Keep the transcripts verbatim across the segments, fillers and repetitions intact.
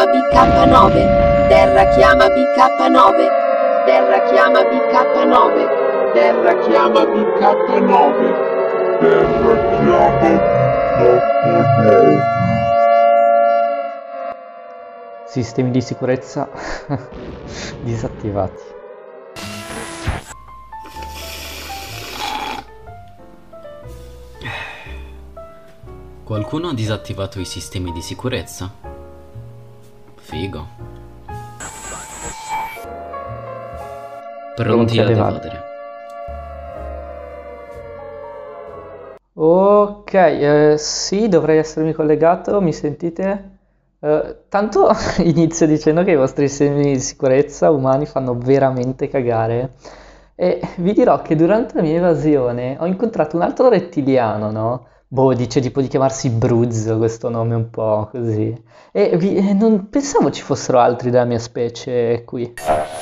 B K nove. Terra chiama B K nove. Terra chiama B K nove. Terra chiama B K nove. Terra chiama B K nove. Sistemi di sicurezza disattivati. Qualcuno ha disattivato i sistemi di sicurezza? Figo. Pronti ad evadere. Ok, eh, sì, dovrei essermi collegato, mi sentite? Eh, tanto inizio dicendo che i vostri sistemi di sicurezza umani fanno veramente cagare. E vi dirò che durante la mia evasione ho incontrato un altro rettiliano, no? Boh, dice tipo di chiamarsi Bruzzo, questo nome un po' così. E vi- e non pensavo ci fossero altri della mia specie qui.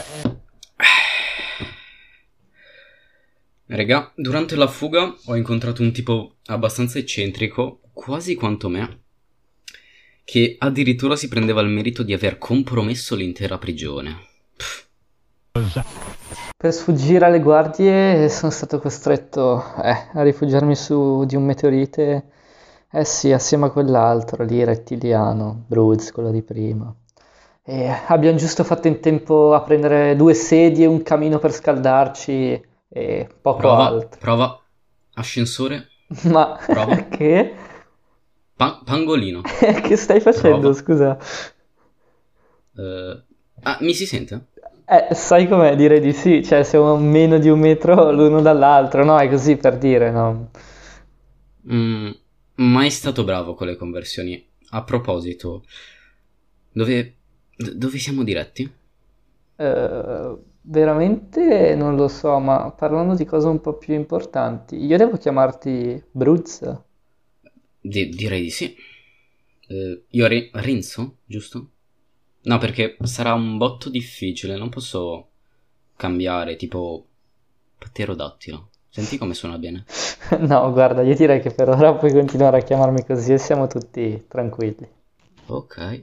Raga, durante la fuga ho incontrato un tipo abbastanza eccentrico, quasi quanto me, che addirittura si prendeva il merito di aver compromesso l'intera prigione. Pff. Per sfuggire alle guardie sono stato costretto, eh, a rifugiarmi su di un meteorite, eh sì, assieme a quell'altro lì, rettiliano, Bruz, quello di prima. E abbiamo giusto fatto in tempo a prendere due sedie, un camino per scaldarci e poco Prova, altro. prova, ascensore, Ma prova, che? Pa- pangolino, Che stai facendo, prova. scusa? Eh, ah, mi si sente? Eh, sai com'è? Direi di sì, cioè siamo a meno di un metro l'uno dall'altro, no? È così per dire, no? Mm, mai stato bravo con le conversioni. A proposito, dove, d- dove siamo diretti? Eh, veramente non lo so, ma parlando di cose un po' più importanti, io devo chiamarti Bruz? Di- direi di sì. Eh, io ri- Rinzo, giusto? No, perché sarà un botto difficile, non posso cambiare, tipo pterodattilo. Senti come suona bene. No, guarda, io direi che per ora puoi continuare a chiamarmi così e siamo tutti tranquilli. Ok.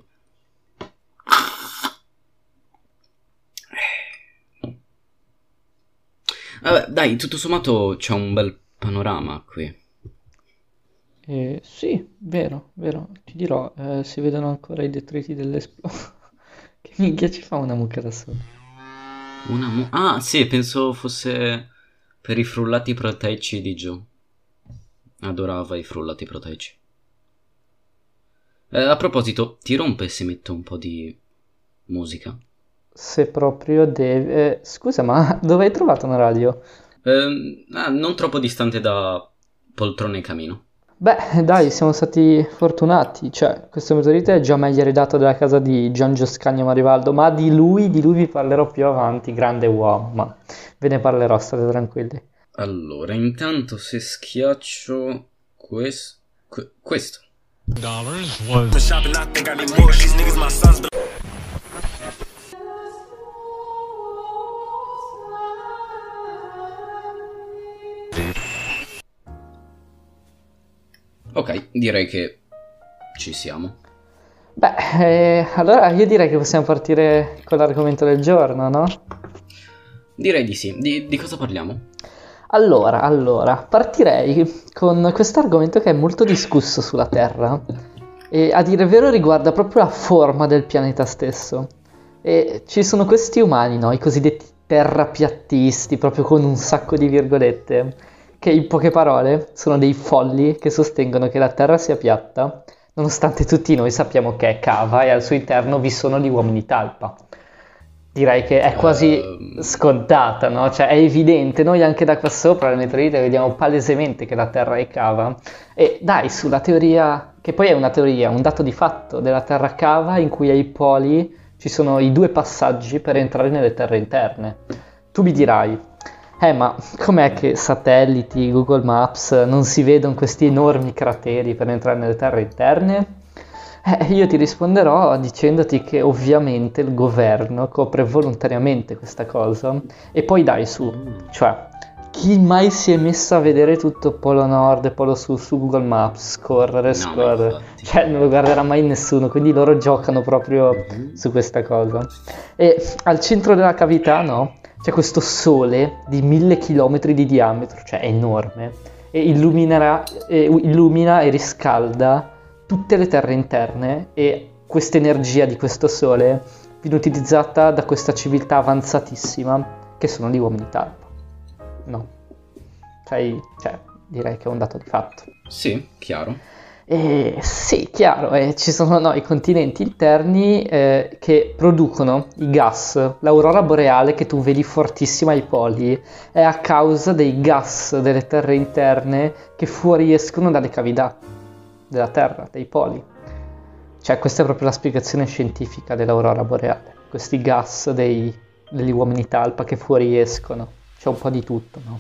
Vabbè, dai, tutto sommato c'è un bel panorama qui. Eh, sì, vero, vero, ti dirò, eh, si vedono ancora i detriti dell'esplosione. Che minchia ci fa una mucca da sola? Una mu- Ah, sì, penso fosse per i frullati proteici di Joe. Adorava i frullati proteici. Eh, a proposito, ti rompe se metto un po' di musica? Se proprio devi... eh, scusa, ma dove hai trovato una radio? Ehm, ah, non troppo distante da poltrone e camino. Beh, dai, siamo stati fortunati, cioè, questo meteorite è già meglio eredato dalla casa di Gian Gioscagno Marivaldo, ma di lui, di lui vi parlerò più avanti, grande uomo, ma ve ne parlerò, state tranquilli. Allora, intanto se schiaccio quest- que- questo. dollars was Been shopping, I think I need more. These niggas my sons, but Ok, direi che ci siamo. Beh, eh, allora io direi che possiamo partire con l'argomento del giorno, no? Direi di sì. Di, di cosa parliamo? Allora, allora, partirei con questo argomento che è molto discusso sulla Terra e a dire il vero riguarda proprio la forma del pianeta stesso. E ci sono questi umani, no? I cosiddetti terrapiattisti, proprio con un sacco di virgolette, che in poche parole sono dei folli che sostengono che la Terra sia piatta, nonostante tutti noi sappiamo che è cava e al suo interno vi sono gli uomini talpa. Direi che è quasi Ehm, scontata, no? Cioè è evidente, noi anche da qua sopra le meteorite vediamo palesemente che la Terra è cava. E dai, sulla teoria, che poi è una teoria, un dato di fatto della Terra cava in cui ai poli ci sono i due passaggi per entrare nelle terre interne. Tu mi dirai, eh ma com'è che satelliti, Google Maps non si vedono questi enormi crateri per entrare nelle terre interne? Eh, io ti risponderò dicendoti che ovviamente il governo copre volontariamente questa cosa e poi dai su, cioè chi mai si è messo a vedere tutto Polo Nord e Polo Sud su Google Maps, scorrere, No, scorrere, infatti. cioè non lo guarderà mai nessuno, quindi loro giocano proprio su questa cosa. E al centro della cavità, no, c'è questo sole di mille chilometri di diametro, cioè è enorme, e illuminerà, e illumina e riscalda tutte le terre interne, e questa energia di questo sole viene utilizzata da questa civiltà avanzatissima che sono gli uomini talpa. No, cioè, cioè direi che è un dato di fatto. Sì, chiaro. E sì, chiaro, eh, ci sono no, i continenti interni eh, che producono i gas. L'aurora boreale che tu vedi fortissima ai poli è a causa dei gas delle terre interne che fuoriescono dalle cavità della Terra, dei poli. Cioè questa è proprio la spiegazione scientifica dell'aurora boreale. Questi gas dei, degli uomini talpa che fuoriescono. C'è un po' di tutto, no?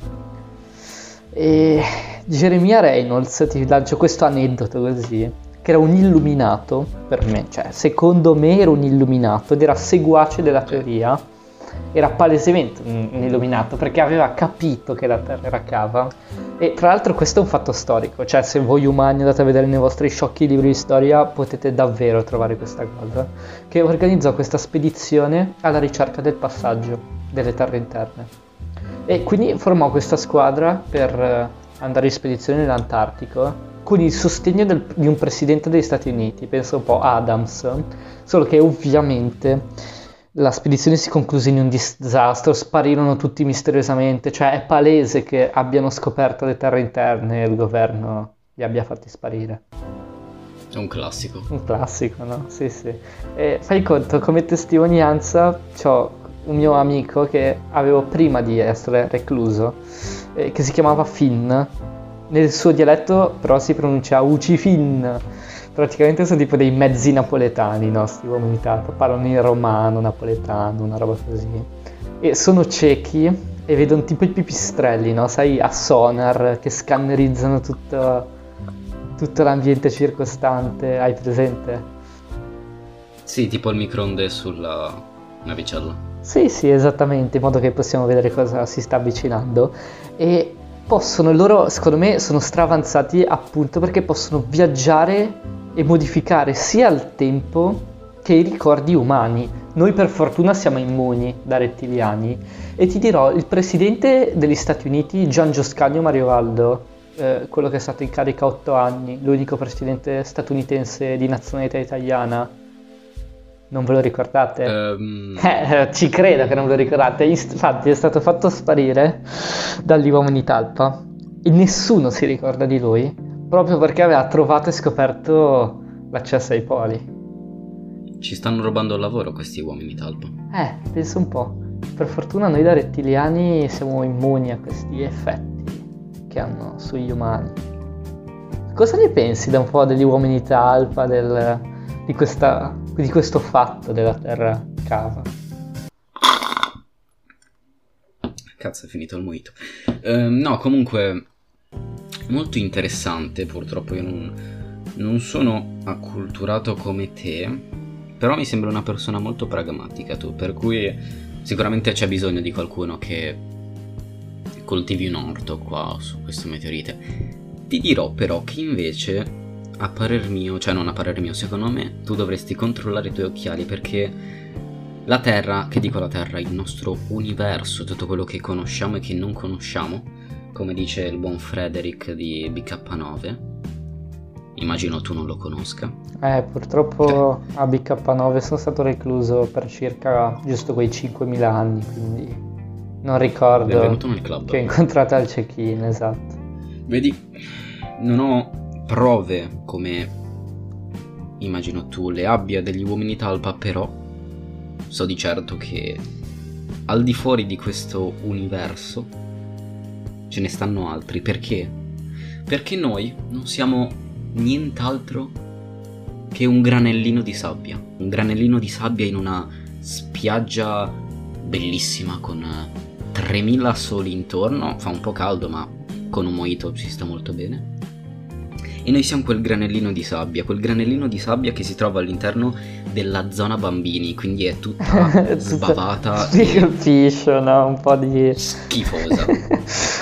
E Jeremiah Reynolds, ti lancio questo aneddoto così, che era un illuminato per me, cioè secondo me era un illuminato ed era seguace della teoria, era palesemente un, un illuminato perché aveva capito che la Terra era cava. E tra l'altro questo è un fatto storico, cioè se voi umani andate a vedere nei vostri sciocchi libri di storia potete davvero trovare questa cosa, che organizzò questa spedizione alla ricerca del passaggio delle terre interne. E quindi formò questa squadra per eh, andare in spedizione nell'Antartico con il sostegno del- di un presidente degli Stati Uniti, penso un po' Adams, solo che ovviamente la spedizione si concluse in un disastro, sparirono tutti misteriosamente, cioè è palese che abbiano scoperto le terre interne e il governo li abbia fatti sparire. È un classico. Un classico, no? Sì, sì. E fai conto, come testimonianza, c'ho un mio amico che avevo prima di essere recluso, eh, che si chiamava Finn. Nel suo dialetto però si pronuncia Uci Finn. Praticamente sono tipo dei mezzi napoletani, no? Sti uomini talpa, parlano in romano, napoletano, una roba così. E sono ciechi e vedono tipo i pipistrelli, no? Sai, a sonar, che scannerizzano tutto, tutto l'ambiente circostante. Hai presente? Sì, tipo il microonde sulla navicella. Sì, sì, esattamente, in modo che possiamo vedere cosa si sta avvicinando. E possono, loro, secondo me, sono stravanzati appunto perché possono viaggiare e modificare sia il tempo che i ricordi umani. Noi per fortuna siamo immuni da rettiliani. E ti dirò, il presidente degli Stati Uniti, Gian Gioscanio Mariovaldo, eh, quello che è stato in carica otto anni, l'unico presidente statunitense di nazionalità italiana, non ve lo ricordate? Ehm, Eh, ci credo che non ve lo ricordate. Infatti è stato fatto sparire dagli uomini talpa e nessuno si ricorda di lui proprio perché aveva trovato e scoperto l'accesso ai poli. Ci stanno rubando il lavoro questi uomini talpa. Eh, penso un po'. Per fortuna noi da rettiliani siamo immuni a questi effetti che hanno sugli umani. Cosa ne pensi da un po' degli uomini talpa, del, di, questa, di questo fatto della terra cava? Cazzo, è finito il mojito. Ehm, no, comunque, molto interessante. Purtroppo io non, non sono acculturato come te, però mi sembra una persona molto pragmatica tu, per cui sicuramente c'è bisogno di qualcuno che coltivi un orto qua su questo meteorite. Ti dirò però che invece, a parer mio, cioè non a parer mio, secondo me tu dovresti controllare i tuoi occhiali, perché la Terra, che dico la Terra, il nostro universo, tutto quello che conosciamo e che non conosciamo, come dice il buon Frederick di B K nove, immagino tu non lo conosca. Eh, purtroppo a B K nove sono stato recluso per circa giusto quei cinquemila anni, quindi non ricordo Benvenuto nel club. che ho incontrato al check-in, esatto. Vedi, non ho prove come immagino tu le abbia degli uomini talpa, però so di certo che al di fuori di questo universo ce ne stanno altri. Perché? Perché noi non siamo nient'altro che un granellino di sabbia. Un granellino di sabbia in una spiaggia bellissima con tremila soli intorno. Fa un po' caldo, ma con un mojito si sta molto bene. E noi siamo quel granellino di sabbia, quel granellino di sabbia che si trova all'interno della zona bambini, quindi è tutta sbavata Si capisce, no? Un po' di... schifosa.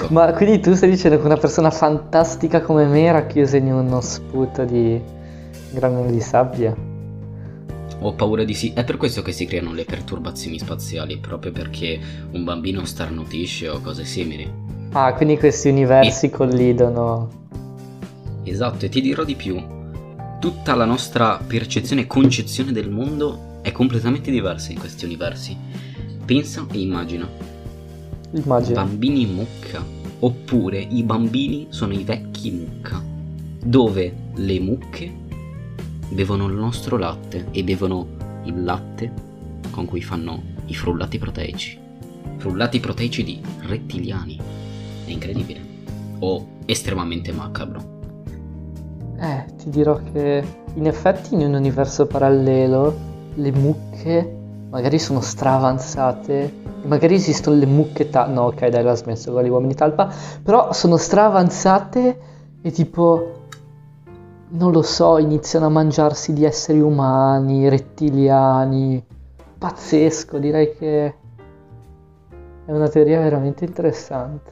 Ecco, Ma quindi tu stai dicendo che una persona fantastica come me era chiusa in uno sputo di granuli di sabbia? ho paura di sì. È per questo che si creano le perturbazioni spaziali, proprio perché un bambino starnutisce o cose simili. Ah, quindi questi universi collidono. Esatto, e ti dirò di più. Tutta la nostra percezione e concezione del mondo è completamente diversa in questi universi. Pensa e immagina. Immagino. Bambini mucca, oppure i bambini sono i vecchi mucca, dove le mucche bevono il nostro latte e bevono il latte con cui fanno i frullati proteici. Frullati proteici di rettiliani. È incredibile. O estremamente macabro. Eh, ti dirò che in effetti in un universo parallelo le mucche magari sono straavanzate. Magari esistono le mucche ta- no, ok, dai, l'ha smesso con gli uomini talpa. Però sono straavanzate e tipo, non lo so, iniziano a mangiarsi di esseri umani, rettiliani. Pazzesco, direi che è una teoria veramente interessante.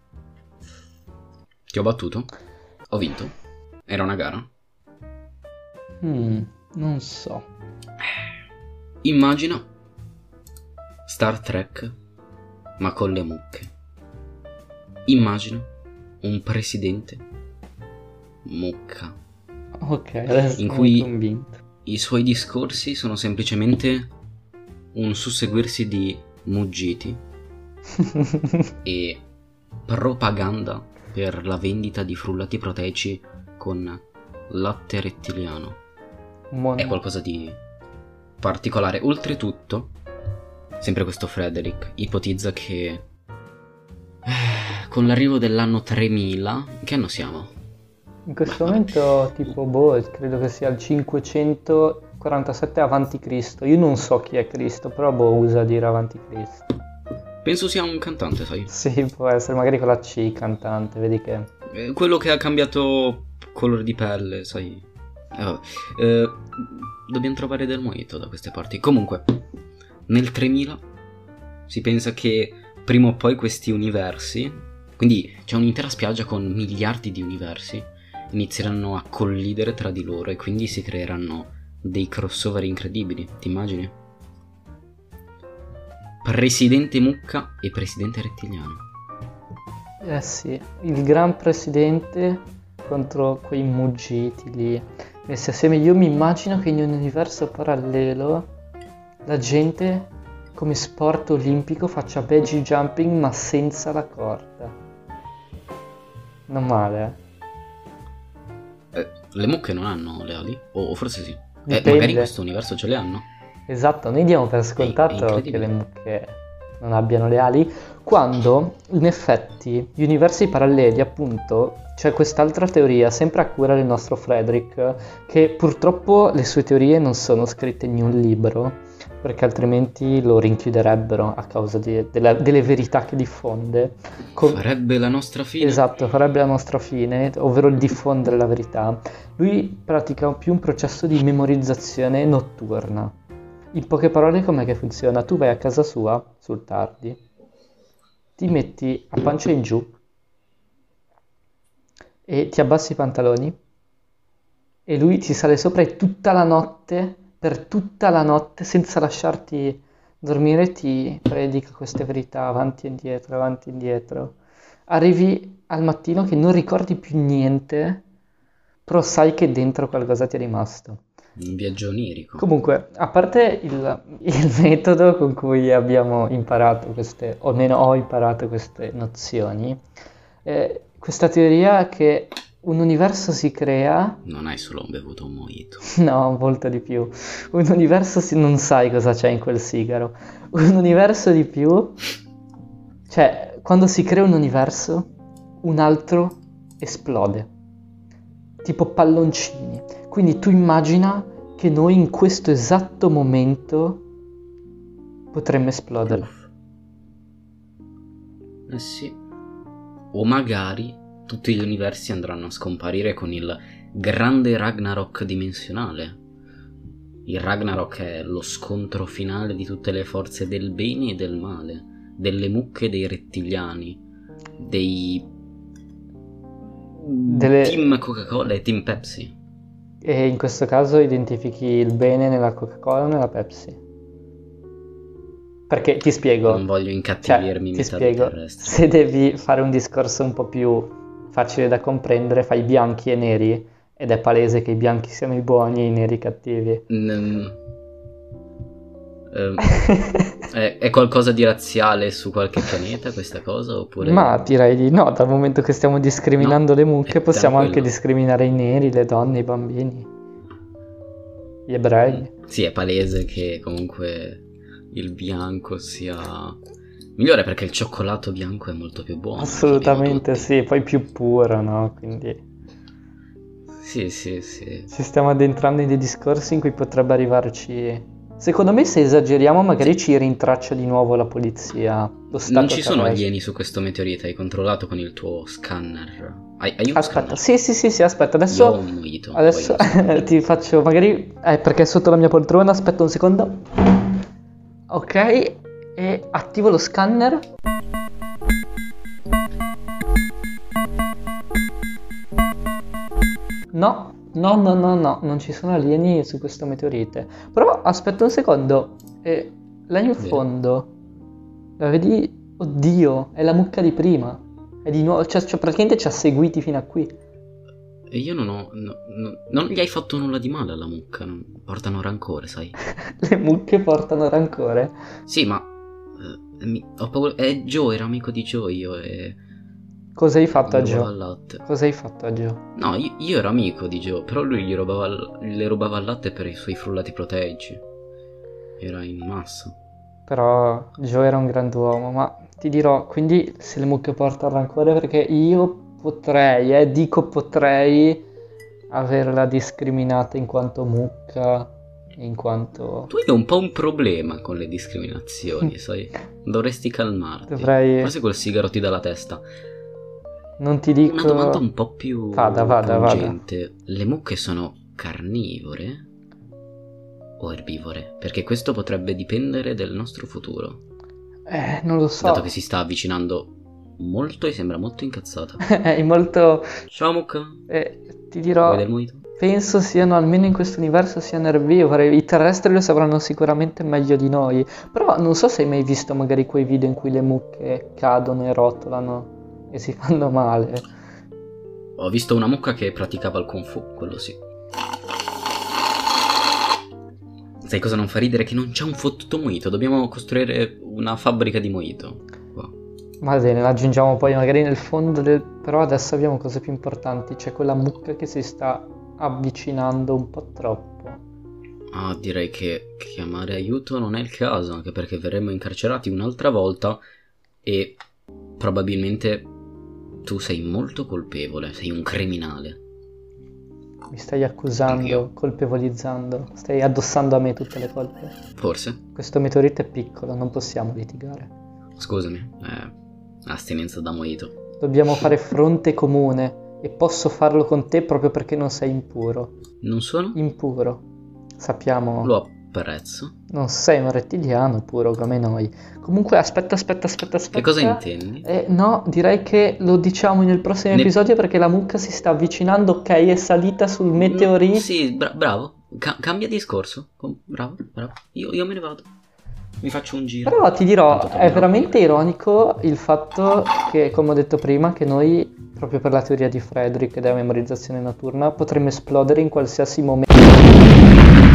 Ti ho battuto? Ho vinto? Era una gara? Hmm, non so. Immagina Star Trek, ma con le mucche. Immagina un presidente mucca, Ok, adesso in sono cui convinto. i suoi discorsi sono semplicemente un susseguirsi di muggiti e propaganda per la vendita di frullati proteici con latte rettiliano. Mon- È qualcosa di particolare. Oltretutto, sempre questo Frederick ipotizza che eh, con l'arrivo dell'anno tremila, che anno siamo? In questo momento, tipo, boh, credo che sia il cinquecentoquarantasette avanti Cristo. Io non so chi è Cristo, però boh, usa dire avanti Cristo. Penso sia un cantante, sai? Sì, può essere, magari con la C, cantante, vedi che... Eh, quello che ha cambiato colore di pelle, sai? Eh, vabbè. Eh, dobbiamo trovare del mojito da queste parti. Comunque, nel tremila si pensa che prima o poi questi universi, quindi c'è un'intera spiaggia con miliardi di universi, inizieranno a collidere tra di loro e quindi si creeranno dei crossover incredibili, ti immagini? Presidente mucca e presidente rettiliano. Eh sì, il gran presidente contro quei muggiti lì. Messi assieme, io mi immagino che in un universo parallelo la gente come sport olimpico faccia bungee jumping ma senza la corda. Non male, eh? Eh, le mucche non hanno le ali? O, o forse sì. Eh, Dipende. magari in questo universo ce le hanno. Esatto, noi diamo per È scontato che incredibile. le mucche non abbiano le ali, quando in effetti gli universi paralleli, appunto, c'è quest'altra teoria, sempre a cura del nostro Frederick, che purtroppo le sue teorie non sono scritte in un libro, perché altrimenti lo rinchiuderebbero a causa di- della- delle verità che diffonde. Com- Farebbe la nostra fine. Esatto, farebbe la nostra fine, ovvero il diffondere la verità. Lui pratica più un processo di memorizzazione notturna. In poche parole, com'è che funziona? Tu vai a casa sua, sul tardi, ti metti a pancia in giù e ti abbassi i pantaloni e lui ti sale sopra e tutta la notte, per tutta la notte, senza lasciarti dormire, ti predica queste verità avanti e indietro, avanti e indietro. Arrivi al mattino che non ricordi più niente, però sai che dentro qualcosa ti è rimasto. Un viaggio onirico. Comunque, a parte il, il metodo con cui abbiamo imparato queste, o almeno ho imparato queste nozioni, eh, questa teoria che un universo si crea, Non hai solo bevuto un mojito. no, molto di più, un universo si, non sai cosa c'è in quel sigaro, un universo di più, cioè, quando si crea un universo, un altro esplode, tipo palloncini. Quindi tu immagina che noi in questo esatto momento potremmo esplodere. Uff. Eh sì. O magari tutti gli universi andranno a scomparire con il grande Ragnarok dimensionale. Il Ragnarok è lo scontro finale di tutte le forze del bene e del male, delle mucche e dei rettiliani, dei Delle- team Coca-Cola e team Pepsi. E in questo caso identifichi il bene nella Coca-Cola o nella Pepsi? Perché ti spiego, Non voglio cioè, incattivirmi ti metà spiego, terrestre. se devi fare un discorso un po' più facile da comprendere, fai bianchi e neri, ed è palese che i bianchi siano i buoni e i neri i cattivi. Mm, ehm, è, è qualcosa di razziale su qualche pianeta questa cosa? Oppure... Ma direi di no, dal momento che stiamo discriminando No, le mucche, è possiamo anche tranquillo. discriminare i neri, le donne, i bambini, gli ebrei. Sì, è palese che comunque il bianco sia migliore perché il cioccolato bianco è molto più buono. lo sappiamo Assolutamente tutti. sì, poi più puro, no? Quindi Sì, sì, sì. ci stiamo addentrando in dei discorsi in cui potrebbe arrivarci. Secondo me, se esageriamo, magari ci rintraccia di nuovo la polizia, lo Stato Non ci sono terrestre. alieni su questo meteorite, hai controllato con il tuo scanner. Hai, hai un Aspetta, scanner? sì, sì, sì, sì, aspetta, Io ho adesso, un mojito, adesso poi lo so. ti faccio, magari, eh, perché è sotto la mia poltrona, aspetta un secondo. Ok, e attivo lo scanner. No, no, no, no, no, non ci sono alieni su questo meteorite. Però aspetta un secondo, eh, là in Bene. fondo, la vedi? Oddio, è la mucca di prima. È di nuovo, cioè, cioè, praticamente ci ha seguiti fino a qui. E io non ho... no- no- non gli hai fatto nulla di male alla mucca, non- portano rancore, sai? Le mucche portano rancore. Sì, ma... eh, mi- ho paura... Eh, Joe, era amico di Joe io e... Cosa hai fatto a gli rubava Joe? il latte. Cosa hai fatto a Joe? No, io, io ero amico di Joe, però lui gli rubava il- le rubava il latte per i suoi frullati proteici. Era in massa. Però Joe era un grand'uomo, ma ti dirò, quindi se le mucche portano rancore, perché io potrei, eh, dico potrei averla discriminata in quanto mucca, in quanto... Tu hai un po' un problema con le discriminazioni, sai? Dovresti calmarti. Dovrei... Forse quel sigaro ti dà la testa. Non ti dico... Una domanda un po' più Vada, vada, vada. pungente. Le mucche sono carnivore o erbivore? Perché questo potrebbe dipendere del nostro futuro. Eh, non lo so. Dato che si sta avvicinando molto e sembra molto incazzata. È molto... Ciao mucca, eh, ti dirò... vuoi del mojito? Penso siano, almeno in questo universo, siano erbivore. I terrestri lo sapranno sicuramente meglio di noi. Però non so se hai mai visto magari quei video in cui le mucche cadono e rotolano e si fanno male. Ho visto una mucca che praticava il Kung Fu, quello sì. Sai cosa non fa ridere? Che non c'è un fottuto mojito. Dobbiamo costruire una fabbrica di mojito. Qua. Va bene, la aggiungiamo poi magari nel fondo del... Però adesso abbiamo cose più importanti. C'è quella mucca che si sta avvicinando un po' troppo. Ah, direi che chiamare aiuto non è il caso, anche perché verremo incarcerati un'altra volta e probabilmente tu sei molto colpevole, sei un criminale. Mi stai accusando, Anch'io. colpevolizzando. Stai addossando a me tutte le colpe. Forse? Questo meteorite è piccolo, non possiamo litigare. Scusami, eh, astinenza da mojito. Dobbiamo fare fronte comune e posso farlo con te proprio perché non sei impuro. Non sono? Impuro. Sappiamo, Lo apprezzo. non sei un rettiliano puro come noi. Comunque, aspetta, aspetta, aspetta, aspetta. Che cosa intendi? Eh, no, direi che lo diciamo nel prossimo Ne- episodio perché la mucca si sta avvicinando, ok? È salita sul meteorite. No, sì, bra- bravo. Ca- cambia discorso. Com- bravo, bravo. Io, io me ne vado. Mi faccio un giro. Però ti dirò, Tanto è tornerò. veramente ironico il fatto che, come ho detto prima, che noi, proprio per la teoria di Frederick e della memorizzazione notturna, potremmo esplodere in qualsiasi momento.